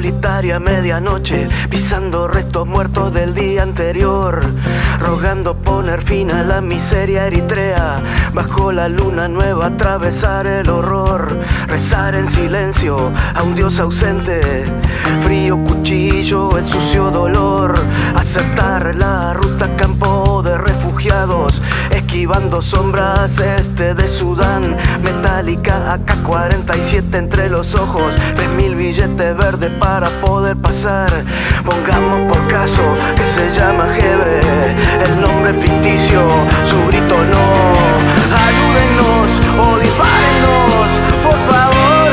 solitaria medianoche, pisando restos muertos del día anterior, rogando poner fin a la miseria eritrea, bajo la luna nueva atravesar el horror, rezar en silencio a un Dios ausente, frío cuchillo, el sucio dolor, aceptar la ruta campo de refugiados, esquivando sombras de Sudán, metálica AK-47 entre los ojos, 3.000 billetes verdes para poder pasar. Pongamos por caso que se llama Hebre, el nombre ficticio, su grito no. Ayúdennos o dispárennos, por favor.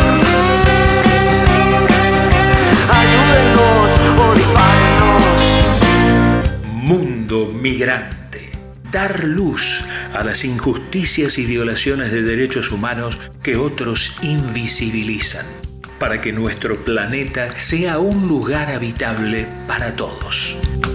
Ayúdennos o dispárennos. Mundo migrante. Dar luz a las injusticias y violaciones de derechos humanos que otros invisibilizan, para que nuestro planeta sea un lugar habitable para todos.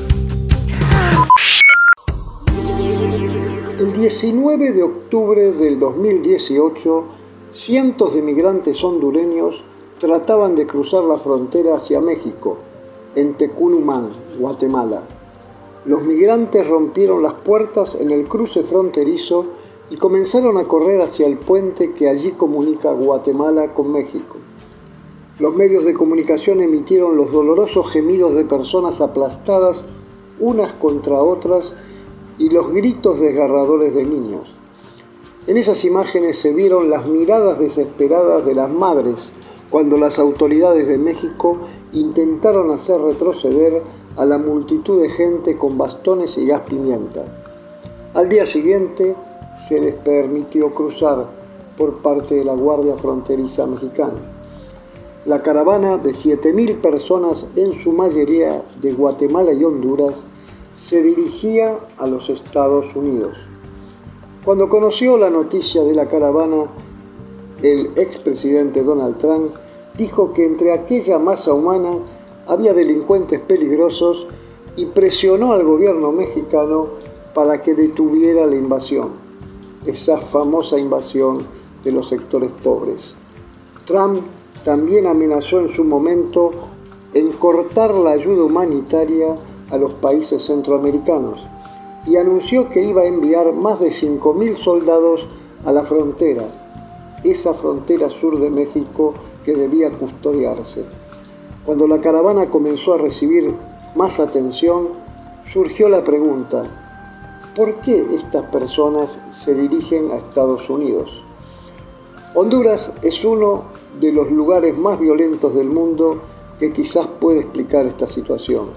El 19 de octubre del 2018, cientos de migrantes hondureños trataban de cruzar la frontera hacia México, en Tecunumán, Guatemala. Los migrantes rompieron las puertas en el cruce fronterizo y comenzaron a correr hacia el puente que allí comunica Guatemala con México. Los medios de comunicación emitieron los dolorosos gemidos de personas aplastadas unas contra otras y los gritos desgarradores de niños. En esas imágenes se vieron las miradas desesperadas de las madres cuando las autoridades de México intentaron hacer retroceder a la multitud de gente con bastones y gas pimienta. Al día siguiente se les permitió cruzar por parte de la Guardia Fronteriza Mexicana. La caravana de 7.000 personas, en su mayoría de Guatemala y Honduras, se dirigía a los Estados Unidos. Cuando conoció la noticia de la caravana, el expresidente Donald Trump dijo que entre aquella masa humana había delincuentes peligrosos y presionó al gobierno mexicano para que detuviera la invasión, esa famosa invasión de los sectores pobres. Trump también amenazó en su momento en cortar la ayuda humanitaria a los países centroamericanos y anunció que iba a enviar más de 5.000 soldados a la frontera, esa frontera sur de México que debía custodiarse. Cuando la caravana comenzó a recibir más atención, surgió la pregunta: ¿por qué estas personas se dirigen a Estados Unidos? Honduras es uno de los lugares más violentos del mundo que quizás puede explicar esta situación.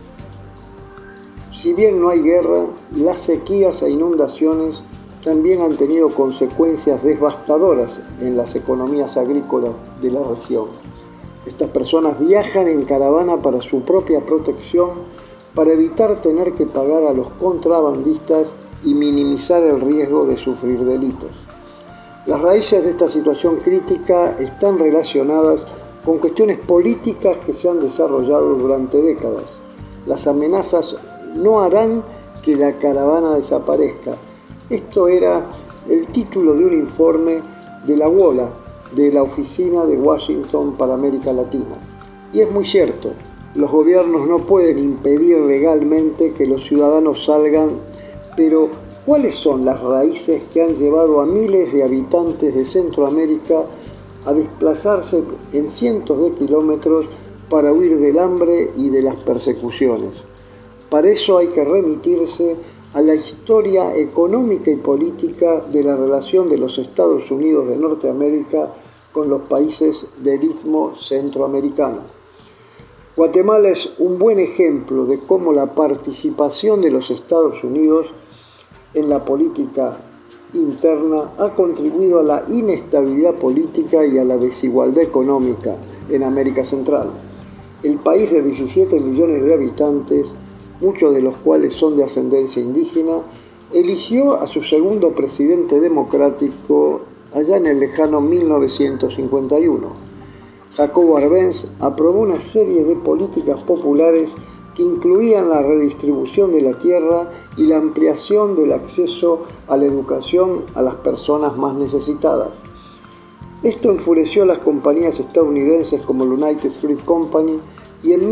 Si bien no hay guerra, las sequías e inundaciones también han tenido consecuencias devastadoras en las economías agrícolas de la región. Estas personas viajan en caravana para su propia protección, para evitar tener que pagar a los contrabandistas y minimizar el riesgo de sufrir delitos. Las raíces de esta situación crítica están relacionadas con cuestiones políticas que se han desarrollado durante décadas. Las amenazas no harán que la caravana desaparezca. Esto era el título de un informe de la WOLA, de la Oficina de Washington para América Latina. Y es muy cierto, los gobiernos no pueden impedir legalmente que los ciudadanos salgan, pero ¿cuáles son las raíces que han llevado a miles de habitantes de Centroamérica a desplazarse en cientos de kilómetros para huir del hambre y de las persecuciones? Para eso hay que remitirse a la historia económica y política de la relación de los Estados Unidos de Norteamérica con los países del Istmo Centroamericano. Guatemala es un buen ejemplo de cómo la participación de los Estados Unidos en la política interna ha contribuido a la inestabilidad política y a la desigualdad económica en América Central. El país de 17 millones de habitantes, muchos de los cuales son de ascendencia indígena, eligió a su segundo presidente democrático allá en el lejano 1951. Jacobo Arbenz aprobó una serie de políticas populares que incluían la redistribución de la tierra y la ampliación del acceso a la educación a las personas más necesitadas. Esto enfureció a las compañías estadounidenses como la United Fruit Company, y en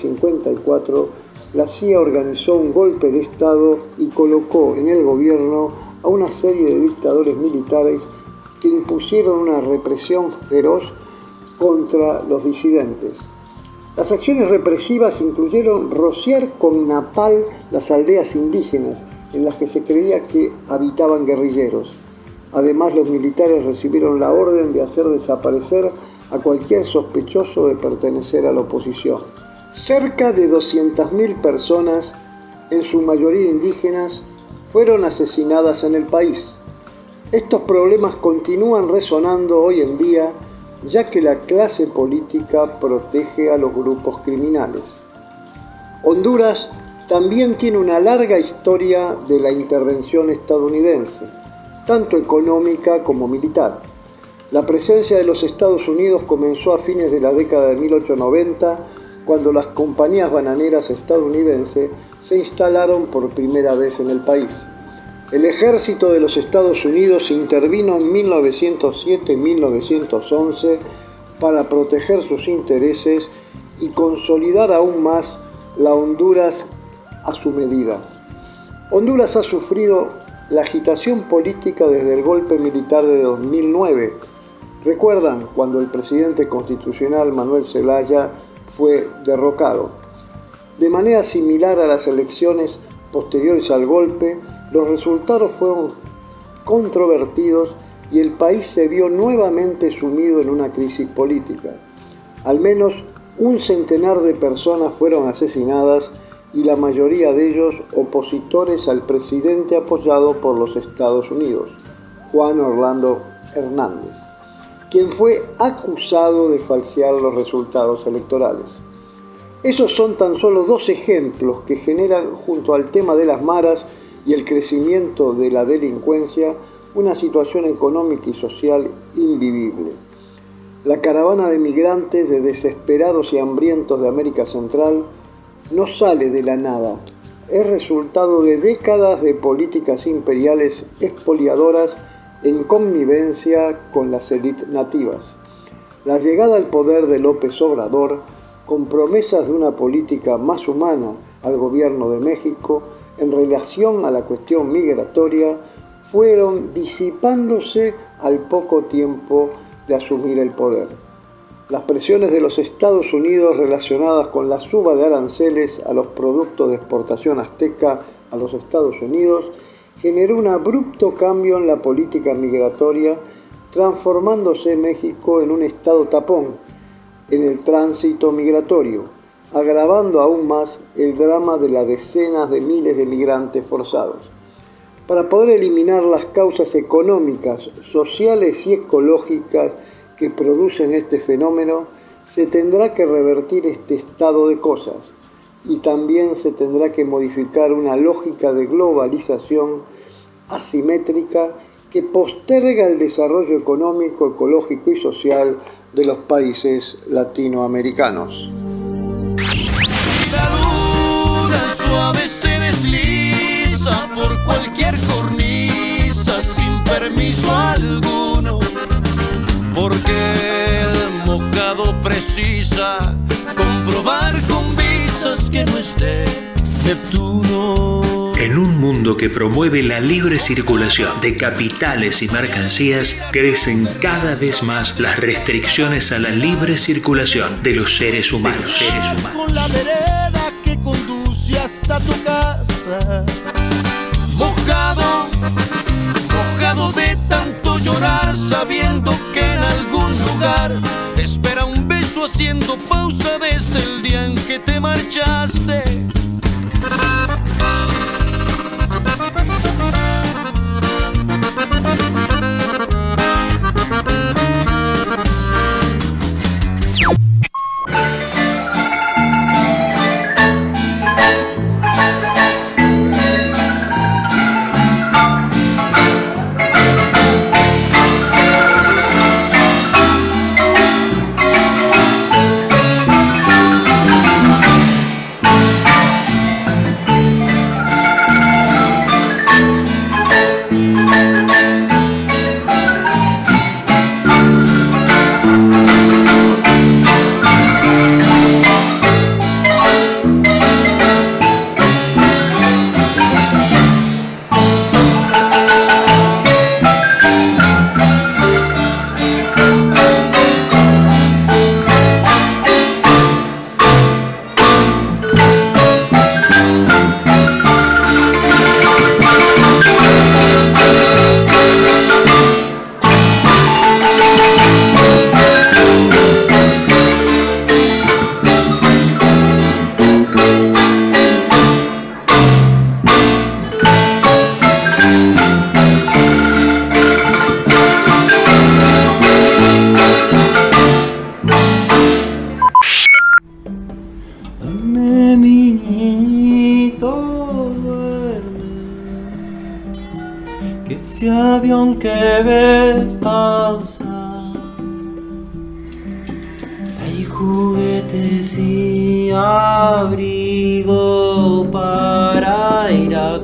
1954 la CIA organizó un golpe de Estado y colocó en el gobierno a una serie de dictadores militares que impusieron una represión feroz contra los disidentes. Las acciones represivas incluyeron rociar con napalm las aldeas indígenas en las que se creía que habitaban guerrilleros. Además, los militares recibieron la orden de hacer desaparecer a cualquier sospechoso de pertenecer a la oposición. Cerca de 200.000 personas, en su mayoría indígenas, fueron asesinadas en el país. Estos problemas continúan resonando hoy en día, ya que la clase política protege a los grupos criminales. Honduras también tiene una larga historia de la intervención estadounidense, tanto económica como militar. La presencia de los Estados Unidos comenzó a fines de la década de 1890, cuando las compañías bananeras estadounidenses se instalaron por primera vez en el país. El ejército de los Estados Unidos intervino en 1907 y 1911 para proteger sus intereses y consolidar aún más la Honduras a su medida. Honduras ha sufrido la agitación política desde el golpe militar de 2009. ¿Recuerdan cuando el presidente constitucional Manuel Zelaya fue derrocado? De manera similar a las elecciones posteriores al golpe, los resultados fueron controvertidos y el país se vio nuevamente sumido en una crisis política. Al menos un centenar de personas fueron asesinadas y la mayoría de ellos opositores al presidente apoyado por los Estados Unidos, Juan Orlando Hernández, quien fue acusado de falsear los resultados electorales. Esos son tan solo dos ejemplos que generan, junto al tema de las maras y el crecimiento de la delincuencia, una situación económica y social invivible. La caravana de migrantes, de desesperados y hambrientos de América Central, no sale de la nada. Es resultado de décadas de políticas imperiales expoliadoras en connivencia con las élites nativas. La llegada al poder de López Obrador, con promesas de una política más humana al gobierno de México en relación a la cuestión migratoria, fueron disipándose al poco tiempo de asumir el poder. Las presiones de los Estados Unidos relacionadas con la suba de aranceles a los productos de exportación azteca a los Estados Unidos generó un abrupto cambio en la política migratoria, transformándose México en un estado tapón en el tránsito migratorio, agravando aún más el drama de las decenas de miles de migrantes forzados. Para poder eliminar las causas económicas, sociales y ecológicas que producen este fenómeno, se tendrá que revertir este estado de cosas y también se tendrá que modificar una lógica de globalización asimétrica que posterga el desarrollo económico, ecológico y social de los países latinoamericanos. La luna suave se desliza por cualquier cornisa sin permiso alguno, porque el mojado precisa comprobar con visas que no esté Neptuno. En un mundo que promueve la libre circulación de capitales y mercancías, crecen cada vez más las restricciones a la libre circulación de los seres humanos. Con la vereda que conduce hasta tu casa, mojado de tanto llorar, sabiendo que en algún lugar te espera un beso haciendo pausa desde el día en que te marchaste. que ese avión que ves pasar trae juguetes y abrigo para Irak.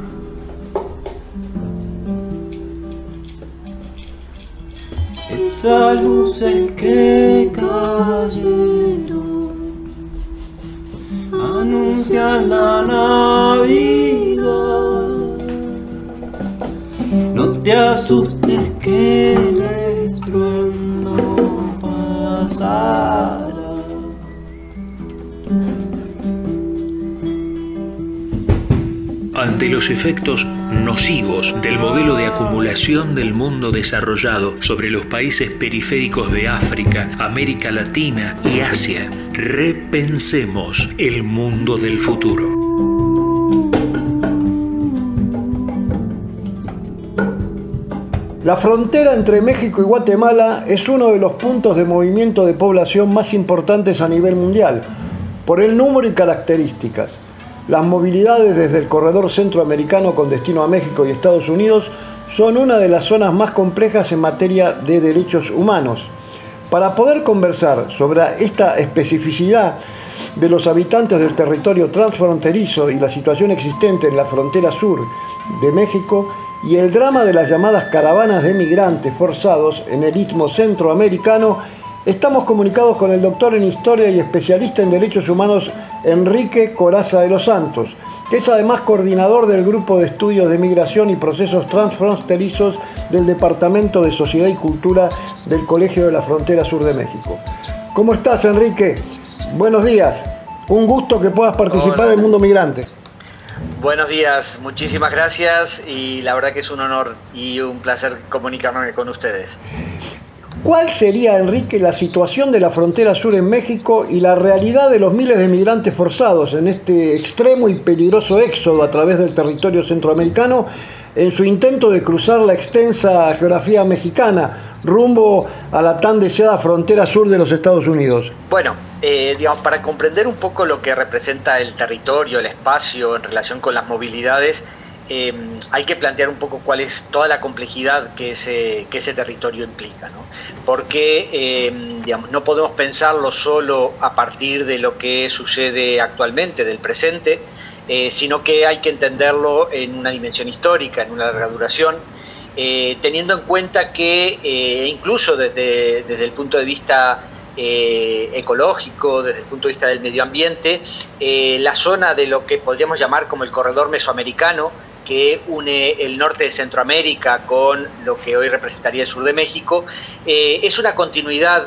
Esas luces que cayeron anuncian la Navidad. No te asustes que el estruendo pasará. Ante los efectos nocivos del modelo de acumulación del mundo desarrollado sobre los países periféricos de África, América Latina y Asia, repensemos el mundo del futuro. La frontera entre México y Guatemala es uno de los puntos de movimiento de población más importantes a nivel mundial, por el número y características. Las movilidades desde el corredor centroamericano con destino a México y Estados Unidos son una de las zonas más complejas en materia de derechos humanos. Para poder conversar sobre esta especificidad de los habitantes del territorio transfronterizo y la situación existente en la frontera sur de México y el drama de las llamadas caravanas de migrantes forzados en el Istmo Centroamericano, estamos comunicados con el doctor en Historia y especialista en Derechos Humanos Enrique Corazza de los Santos, que es además coordinador del Grupo de Estudios de Migración y Procesos Transfronterizos del Departamento de Sociedad y Cultura del Colegio de la Frontera Sur de México. ¿Cómo estás, Enrique? Buenos días. Un gusto que puedas participar en el Mundo Migrante. Buenos días, muchísimas gracias y la verdad que es un honor y un placer comunicarme con ustedes. ¿Cuál sería, Enrique, la situación de la frontera sur en México y la realidad de los miles de migrantes forzados en este extremo y peligroso éxodo a través del territorio centroamericano en su intento de cruzar la extensa geografía mexicana rumbo a la tan deseada frontera sur de los Estados Unidos? Bueno, digamos, para comprender un poco lo que representa el territorio, el espacio en relación con las movilidades, hay que plantear un poco cuál es toda la complejidad que ese territorio implica, ¿no? Porque digamos, no podemos pensarlo solo a partir de lo que sucede actualmente, del presente, sino que hay que entenderlo en una dimensión histórica, en una larga duración, teniendo en cuenta que incluso desde el punto de vista ecológico, desde el punto de vista del medio ambiente, la zona de lo que podríamos llamar como el corredor mesoamericano, que une el norte de Centroamérica con lo que hoy representaría el sur de México, es una continuidad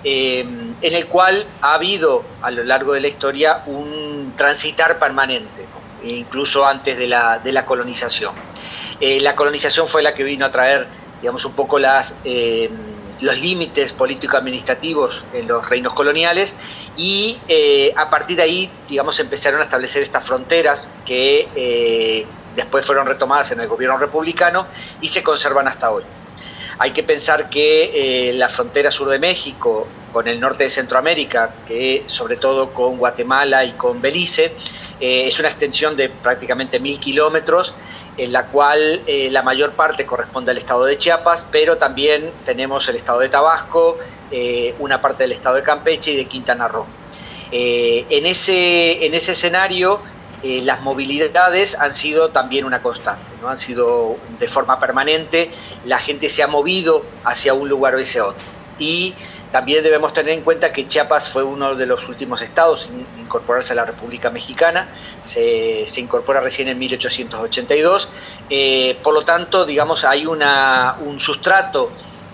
en el cual ha habido a lo largo de la historia un transitar permanente, ¿no? Incluso antes de la colonización. La colonización fue la que vino a traer, digamos, un poco los límites político-administrativos en los reinos coloniales y a partir de ahí, digamos, empezaron a establecer estas fronteras que después fueron retomadas en el gobierno republicano y se conservan hasta hoy. Hay que pensar que la frontera sur de México con el norte de Centroamérica, que sobre todo con Guatemala y con Belice, es una extensión de prácticamente 1000 kilómetros, en la cual la mayor parte corresponde al estado de Chiapas, pero también tenemos el estado de Tabasco, una parte del estado de Campeche y de Quintana Roo. En ese escenario, las movilidades han sido también una constante, ¿no? Han sido de forma permanente, la gente se ha movido hacia un lugar o hacia otro. Y también debemos tener en cuenta que Chiapas fue uno de los últimos estados en incorporarse a la República Mexicana, se incorpora recién en 1882, por lo tanto, digamos, hay un sustrato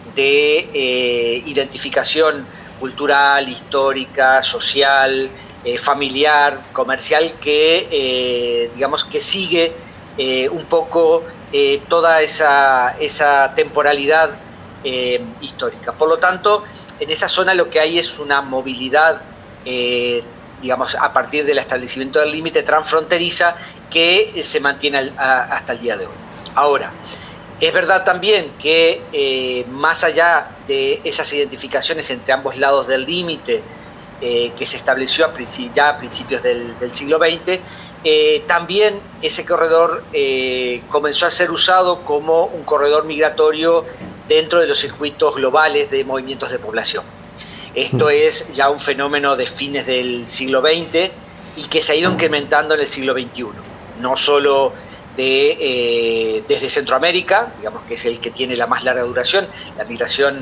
de identificación cultural, histórica, social, familiar, comercial, que digamos que sigue un poco toda esa temporalidad histórica. Por lo tanto, en esa zona lo que hay es una movilidad, digamos, a partir del establecimiento del límite transfronteriza que se mantiene hasta el día de hoy. Ahora, es verdad también que más allá de esas identificaciones entre ambos lados del límite, que se estableció ya a principios del siglo XX, También ese corredor comenzó a ser usado como un corredor migratorio dentro de los circuitos globales de movimientos de población. Esto es ya un fenómeno de fines del siglo XX y que se ha ido incrementando en el siglo XXI, no solo desde Centroamérica, digamos que es el que tiene la más larga duración, la migración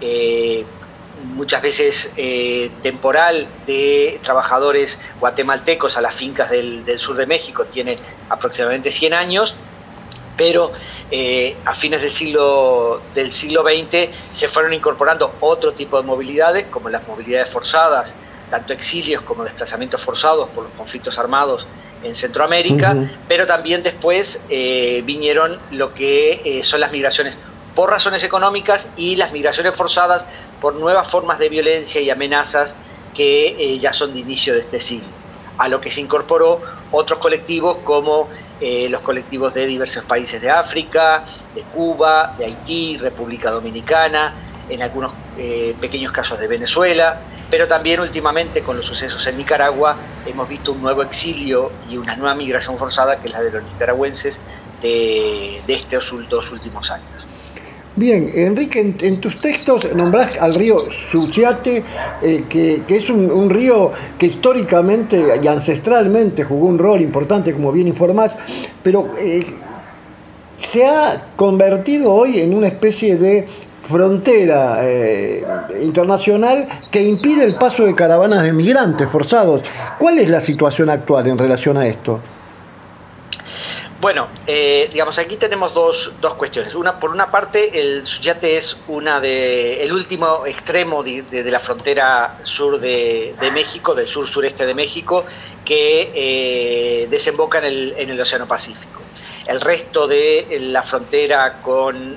muchas veces temporal de trabajadores guatemaltecos a las fincas del sur de México tiene aproximadamente 100 años, pero a fines del siglo XX se fueron incorporando otro tipo de movilidades, como las movilidades forzadas, tanto exilios como desplazamientos forzados por los conflictos armados en Centroamérica, pero también después vinieron lo que son las migraciones por razones económicas y las migraciones forzadas por nuevas formas de violencia y amenazas que ya son de inicio de este siglo, a lo que se incorporó otros colectivos como los colectivos de diversos países de África, de Cuba, de Haití, República Dominicana, en algunos pequeños casos de Venezuela, pero también últimamente con los sucesos en Nicaragua hemos visto un nuevo exilio y una nueva migración forzada, que es la de los nicaragüenses de estos 2 últimos años. Bien, Enrique, en tus textos nombrás al río Suchiate, que es un río que históricamente y ancestralmente jugó un rol importante, como bien informás, pero se ha convertido hoy en una especie de frontera internacional que impide el paso de caravanas de migrantes forzados. ¿Cuál es la situación actual en relación a esto? Bueno, digamos, aquí tenemos dos cuestiones. Por una parte, el Suchiate es el último extremo de la frontera sur de México, del sur-sureste de México, que desemboca en el Océano Pacífico. El resto de la frontera con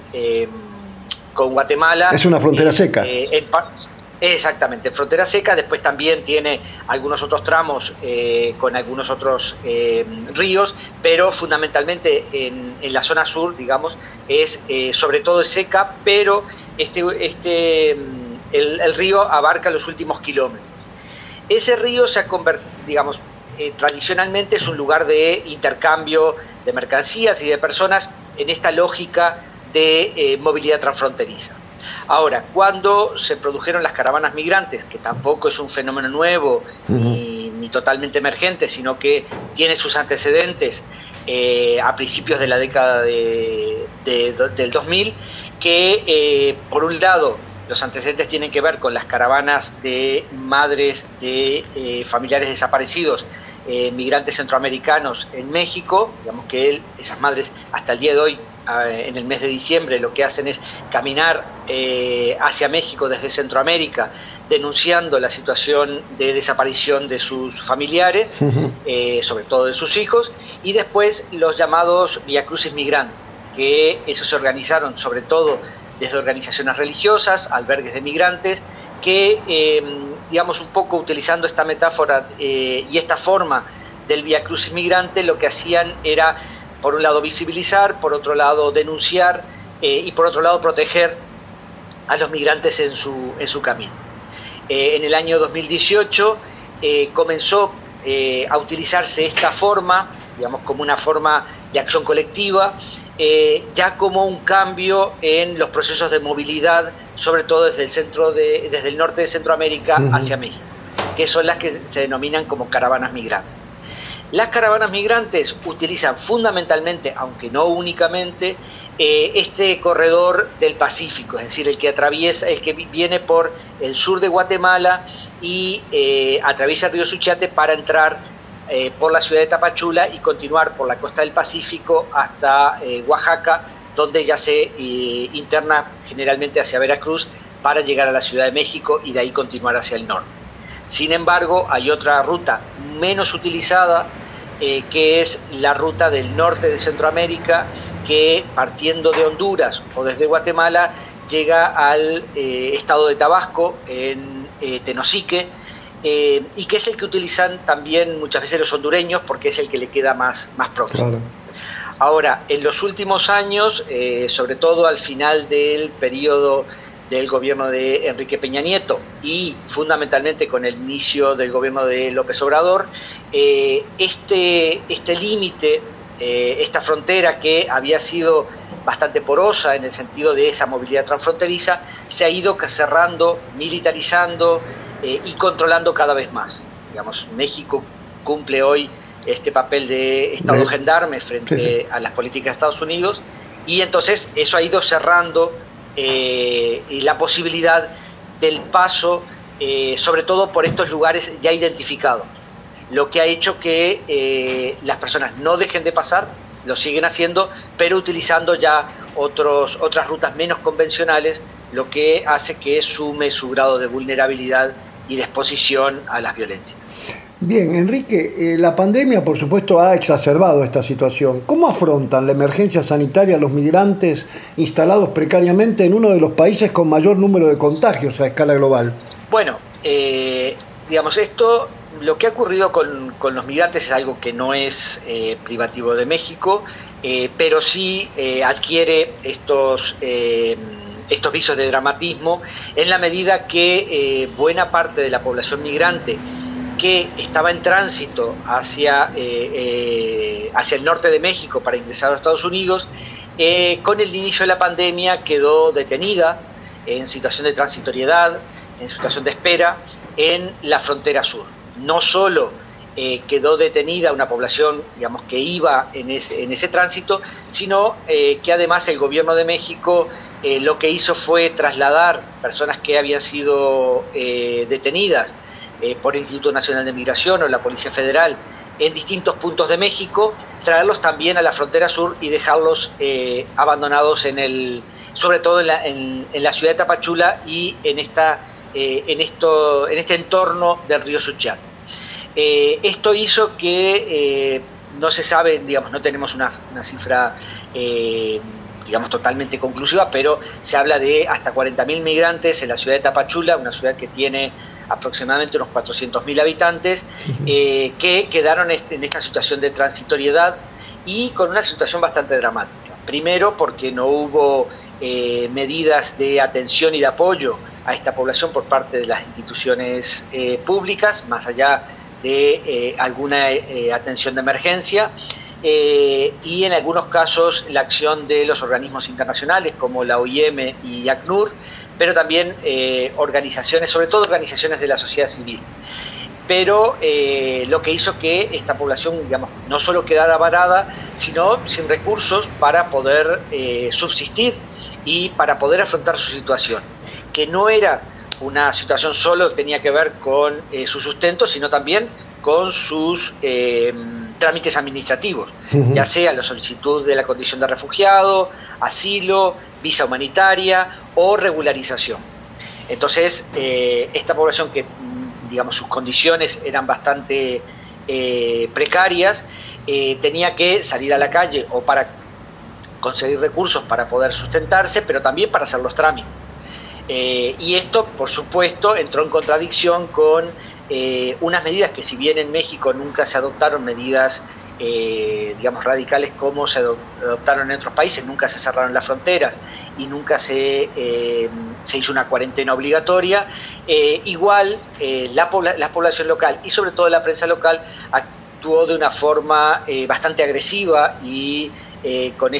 Guatemala es una frontera seca. Exactamente, frontera seca. Después también tiene algunos otros tramos con algunos otros ríos, pero fundamentalmente en la zona sur, digamos, sobre todo es seca, pero el río abarca los últimos kilómetros. Ese río se ha convertido, digamos, tradicionalmente es un lugar de intercambio de mercancías y de personas en esta lógica de movilidad transfronteriza. Ahora, cuando se produjeron las caravanas migrantes, que tampoco es un fenómeno nuevo ni totalmente emergente, sino que tiene sus antecedentes a principios de la década del 2000, que por un lado los antecedentes tienen que ver con las caravanas de madres de familiares desaparecidos, migrantes centroamericanos en México, digamos que esas madres hasta el día de hoy, en el mes de diciembre, lo que hacen es caminar hacia México desde Centroamérica, denunciando la situación de desaparición de sus familiares, sobre todo de sus hijos, y después los llamados viacrucis migrantes, que esos se organizaron sobre todo desde organizaciones religiosas, albergues de migrantes, que, digamos, un poco utilizando esta metáfora y esta forma del viacrucis migrante, lo que hacían era, por un lado, visibilizar, por otro lado, denunciar y por otro lado, proteger a los migrantes en su camino. En el año 2018 comenzó a utilizarse esta forma, digamos, como una forma de acción colectiva, ya como un cambio en los procesos de movilidad, sobre todo desde el norte de Centroamérica hacia México, que son las que se denominan como caravanas migrantes. Las caravanas migrantes utilizan fundamentalmente, aunque no únicamente, este corredor del Pacífico, es decir, el que viene por el sur de Guatemala y atraviesa el río Suchiate para entrar por la ciudad de Tapachula y continuar por la costa del Pacífico hasta Oaxaca, donde ya se interna generalmente hacia Veracruz para llegar a la Ciudad de México y de ahí continuar hacia el norte. Sin embargo, hay otra ruta menos utilizada, que es la ruta del norte de Centroamérica, que partiendo de Honduras o desde Guatemala llega al estado de Tabasco, en Tenosique, y que es el que utilizan también muchas veces los hondureños porque es el que le queda más próximo. Claro. Ahora, en los últimos años, sobre todo al final del periodo del gobierno de Enrique Peña Nieto y fundamentalmente con el inicio del gobierno de López Obrador, este límite, esta frontera que había sido bastante porosa en el sentido de esa movilidad transfronteriza, se ha ido cerrando, militarizando y controlando cada vez más. Digamos, México cumple hoy este papel de Estado gendarme frente a las políticas de Estados Unidos, y entonces eso ha ido cerrando la posibilidad del paso, sobre todo por estos lugares ya identificados, lo que ha hecho que las personas no dejen de pasar, lo siguen haciendo, pero utilizando ya otras rutas menos convencionales, lo que hace que sume su grado de vulnerabilidad y de exposición a las violencias. Bien, Enrique, la pandemia por supuesto ha exacerbado esta situación. ¿Cómo afrontan la emergencia sanitaria los migrantes instalados precariamente en uno de los países con mayor número de contagios a escala global? Bueno, digamos, lo que ha ocurrido con los migrantes es algo que no es privativo de México, pero sí adquiere estos visos de dramatismo en la medida que buena parte de la población migrante que estaba en tránsito hacia el norte de México para ingresar a Estados Unidos, con el inicio de la pandemia quedó detenida en situación de transitoriedad, en situación de espera, en la frontera sur. No solo quedó detenida una población, digamos, que iba en ese tránsito, sino que además el gobierno de México lo que hizo fue trasladar personas que habían sido detenidas por el Instituto Nacional de Migración o la Policía Federal en distintos puntos de México, traerlos también a la frontera sur y dejarlos abandonados sobre todo en la ciudad de Tapachula y en este entorno del río Suchiate. Esto hizo que no se sabe, digamos, no tenemos una cifra digamos totalmente conclusiva, pero se habla de hasta 40.000 migrantes en la ciudad de Tapachula, una ciudad que tiene aproximadamente unos 400.000 habitantes, que quedaron en esta situación de transitoriedad y con una situación bastante dramática. Primero porque no hubo medidas de atención y de apoyo a esta población por parte de las instituciones públicas, más allá de alguna atención de emergencia, y en algunos casos la acción de los organismos internacionales como la OIM y ACNUR, pero también organizaciones, sobre todo organizaciones de la sociedad civil. Pero lo que hizo que esta población, digamos, no solo quedara varada, sino sin recursos para poder subsistir y para poder afrontar su situación, que no era una situación solo que tenía que ver con su sustento, sino también con sus trámites administrativos, ya sea la solicitud de la condición de refugiado, asilo, visa humanitaria o regularización. Entonces, esta población que, digamos, sus condiciones eran bastante precarias, tenía que salir a la calle o para conseguir recursos para poder sustentarse, pero también para hacer los trámites. Y esto, por supuesto, entró en contradicción con unas medidas que, si bien en México nunca se adoptaron medidas digamos radicales como se adoptaron en otros países, nunca se cerraron las fronteras y nunca se hizo una cuarentena obligatoria, igual la población local y sobre todo la prensa local actuó de una forma bastante agresiva y con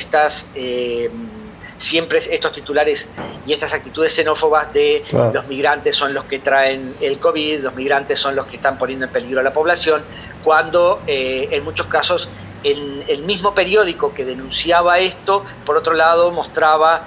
siempre estos titulares y estas actitudes xenófobas de los migrantes son los que traen el COVID, los migrantes son los que están poniendo en peligro a la población, cuando en muchos casos el mismo periódico que denunciaba esto, por otro lado mostraba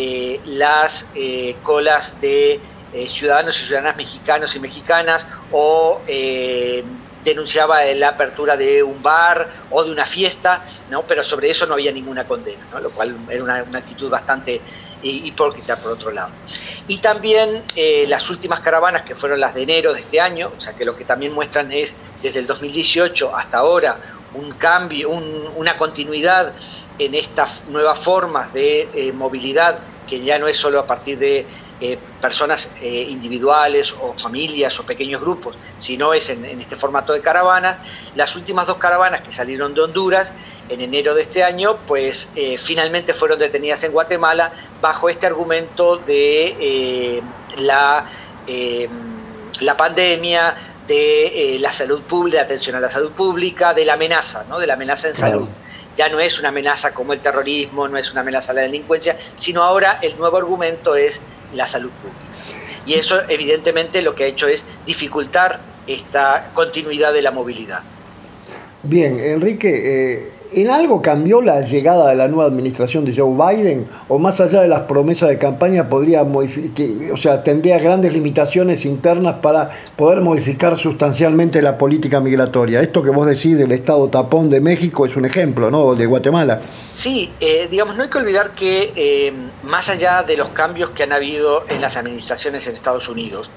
las colas de ciudadanos y ciudadanas mexicanos y mexicanas, o denunciaba la apertura de un bar o de una fiesta, ¿no? Pero sobre eso no había ninguna condena, ¿no? Lo cual era una actitud bastante hipócrita por otro lado. Y también las últimas caravanas, que fueron las de enero de este año, o sea que lo que también muestran es desde el 2018 hasta ahora un cambio, una continuidad en estas nuevas formas de movilidad, que ya no es solo a partir de personas individuales o familias o pequeños grupos, sino es en este formato de caravanas. Las últimas 2 caravanas que salieron de Honduras en enero de este año, pues finalmente fueron detenidas en Guatemala bajo este argumento de la pandemia, de la salud pública, de atención a la salud pública, de la amenaza, ¿no? De la amenaza en salud. Ya no es una amenaza como el terrorismo, no es una amenaza a la delincuencia, sino ahora el nuevo argumento es la salud pública. Y eso evidentemente lo que ha hecho es dificultar esta continuidad de la movilidad. Bien, Enrique, ¿en algo cambió la llegada de la nueva administración de Joe Biden? ¿O más allá de las promesas de campaña podría tendría grandes limitaciones internas para poder modificar sustancialmente la política migratoria? Esto que vos decís del estado tapón de México es un ejemplo, ¿no? De Guatemala. Sí, no hay que olvidar que más allá de los cambios que han habido en las administraciones en Estados Unidos,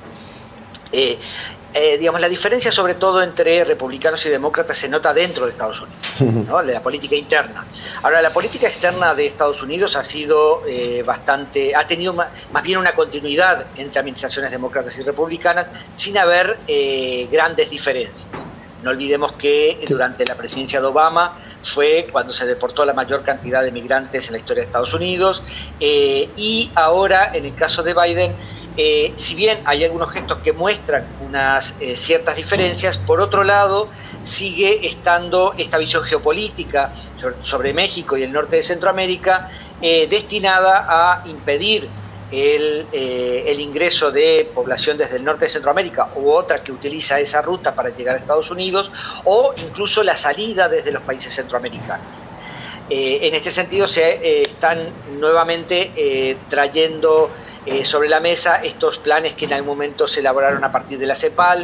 la diferencia sobre todo entre republicanos y demócratas se nota dentro de Estados Unidos, ¿no? De la política interna. Ahora, la política externa de Estados Unidos ha sido ha tenido más bien una continuidad entre administraciones demócratas y republicanas sin haber grandes diferencias. No olvidemos que durante la presidencia de Obama fue cuando se deportó la mayor cantidad de migrantes en la historia de Estados Unidos, y ahora en el caso de Biden, si bien hay algunos gestos que muestran unas ciertas diferencias, por otro lado sigue estando esta visión geopolítica sobre México y el norte de Centroamérica, destinada a impedir el ingreso de población desde el norte de Centroamérica u otra que utiliza esa ruta para llegar a Estados Unidos, o incluso la salida desde los países centroamericanos. En este sentido se están nuevamente trayendo sobre la mesa estos planes que en algún momento se elaboraron a partir de la CEPAL,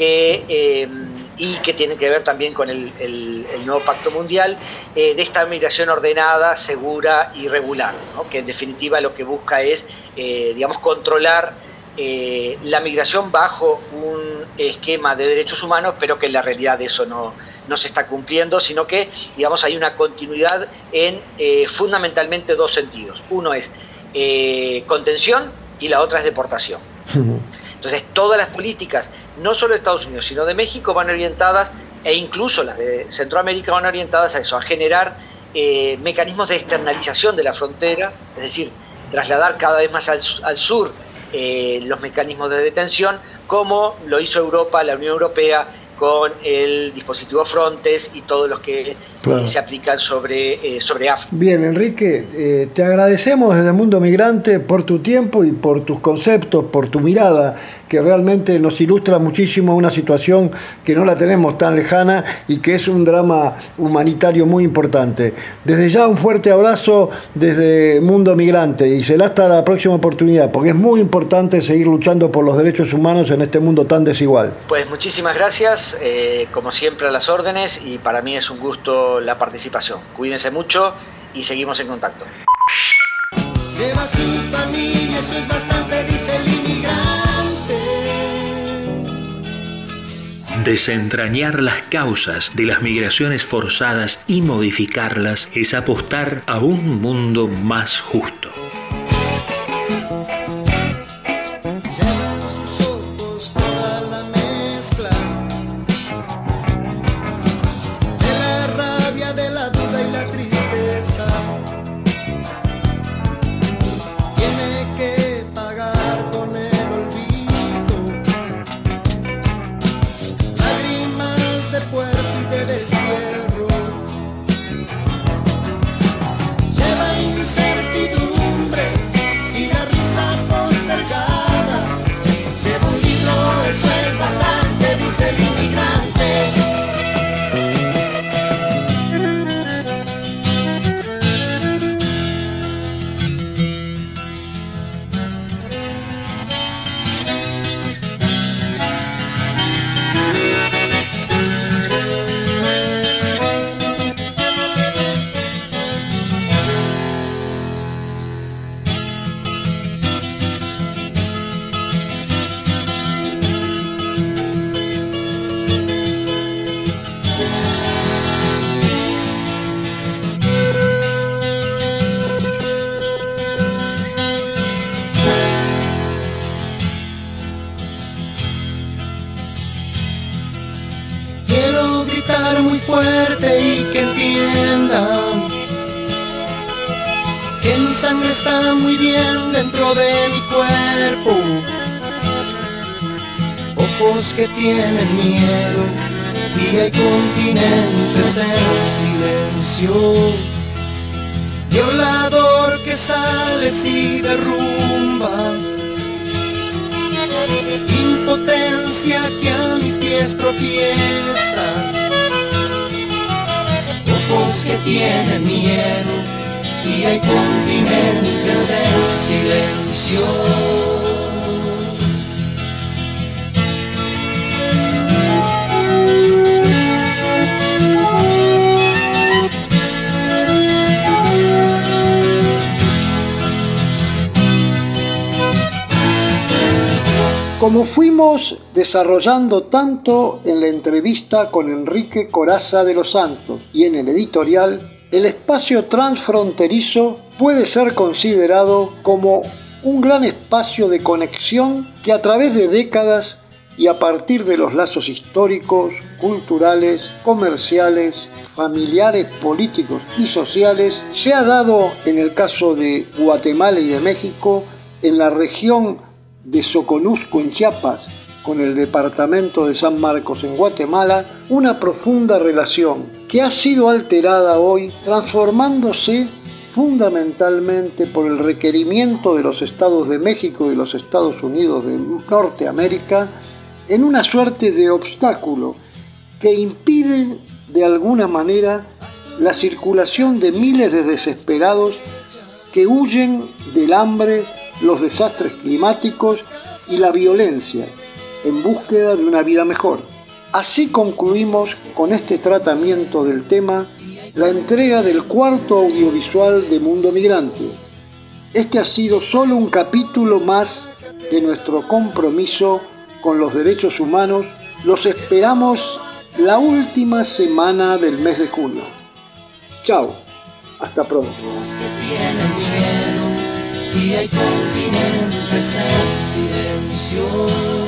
y que tienen que ver también con el nuevo Pacto Mundial, de esta migración ordenada, segura y regular, ¿no? Que en definitiva lo que busca es, controlar la migración bajo un esquema de derechos humanos, pero que en la realidad eso no se está cumpliendo, sino que hay una continuidad en fundamentalmente 2 sentidos. Uno es contención y la otra es deportación. Entonces todas las políticas, no solo de Estados Unidos, sino de México, van orientadas, e incluso las de Centroamérica van orientadas a eso, a generar mecanismos de externalización de la frontera, es decir, trasladar cada vez más al sur los mecanismos de detención, como lo hizo Europa, la Unión Europea, con el dispositivo Frontex y todos los que se aplican sobre África. Bien, Enrique, te agradecemos desde el Mundo Migrante por tu tiempo y por tus conceptos, por tu mirada, que realmente nos ilustra muchísimo una situación que no la tenemos tan lejana y que es un drama humanitario muy importante. Desde ya un fuerte abrazo desde Mundo Migrante y será hasta la próxima oportunidad, porque es muy importante seguir luchando por los derechos humanos en este mundo tan desigual. Pues muchísimas gracias, como siempre a las órdenes, y para mí es un gusto la participación. Cuídense mucho y seguimos en contacto. Lleva su familia, eso es bastante, dice el inmigrante. Desentrañar las causas de las migraciones forzadas y modificarlas es apostar a un mundo más justo. Lleva incertidumbre. está muy bien dentro de mi cuerpo, ojos que tienen miedo, y hay continentes en silencio, violador que sales y derrumbas, impotencia que a mis pies tropiezas, ojos que tienen miedo, y hay continentes en silencio. Como fuimos desarrollando tanto en la entrevista con Enrique Corazza de los Santos y en el editorial, el espacio transfronterizo puede ser considerado como un gran espacio de conexión que a través de décadas y a partir de los lazos históricos, culturales, comerciales, familiares, políticos y sociales, se ha dado en el caso de Guatemala y de México, en la región de Soconusco en Chiapas, con el departamento de San Marcos en Guatemala, una profunda relación que ha sido alterada hoy, transformándose fundamentalmente por el requerimiento de los Estados de México y los Estados Unidos de Norteamérica en una suerte de obstáculo que impide de alguna manera la circulación de miles de desesperados que huyen del hambre, los desastres climáticos y la violencia en búsqueda de una vida mejor. Así concluimos con este tratamiento del tema la entrega del cuarto audiovisual de Mundo Migrante. Este ha sido solo un capítulo más de nuestro compromiso con los derechos humanos. Los esperamos la última semana del mes de junio. Chao, hasta pronto. Y hay continentes en silencio.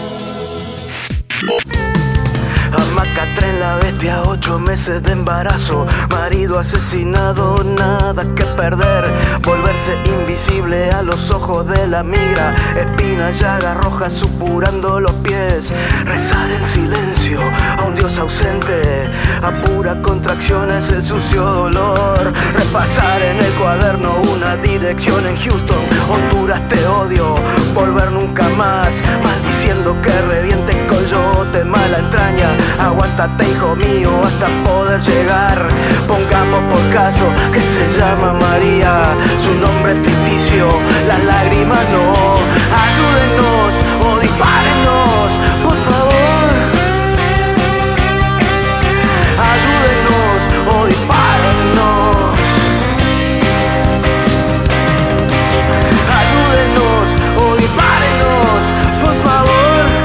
Hamaca, tren, la bestia, 8 meses de embarazo, marido asesinado, nada que perder, volverse invisible a los ojos de la migra, espina, llaga roja supurando los pies, rezar en silencio a un dios ausente, a pura contracción es el sucio dolor, repasar en el cuaderno una dirección en Houston, Honduras te odio, volver nunca más, maldiciendo que reviente el coyote, mala entraña, aguántate hijo mío hasta poder llegar. Pongamos por caso que se llama María, su nombre es ficticio, las lágrimas no. Ayúdenos o dispárenos, por favor. Ayúdenos o dispárenos. Ayúdenos o dispárenos, por favor.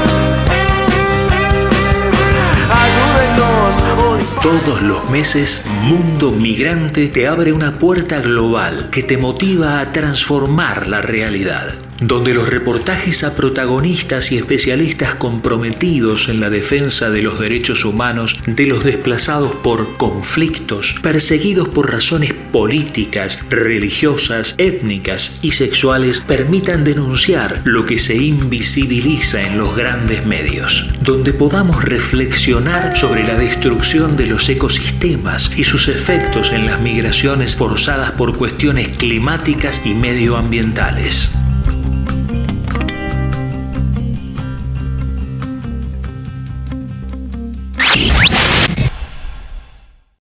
Todos los meses, Mundo Migrante te abre una puerta global que te motiva a transformar la realidad, donde los reportajes a protagonistas y especialistas comprometidos en la defensa de los derechos humanos de los desplazados por conflictos, perseguidos por razones políticas, religiosas, étnicas y sexuales, permitan denunciar lo que se invisibiliza en los grandes medios, donde podamos reflexionar sobre la destrucción de los ecosistemas y sus efectos en las migraciones forzadas por cuestiones climáticas y medioambientales.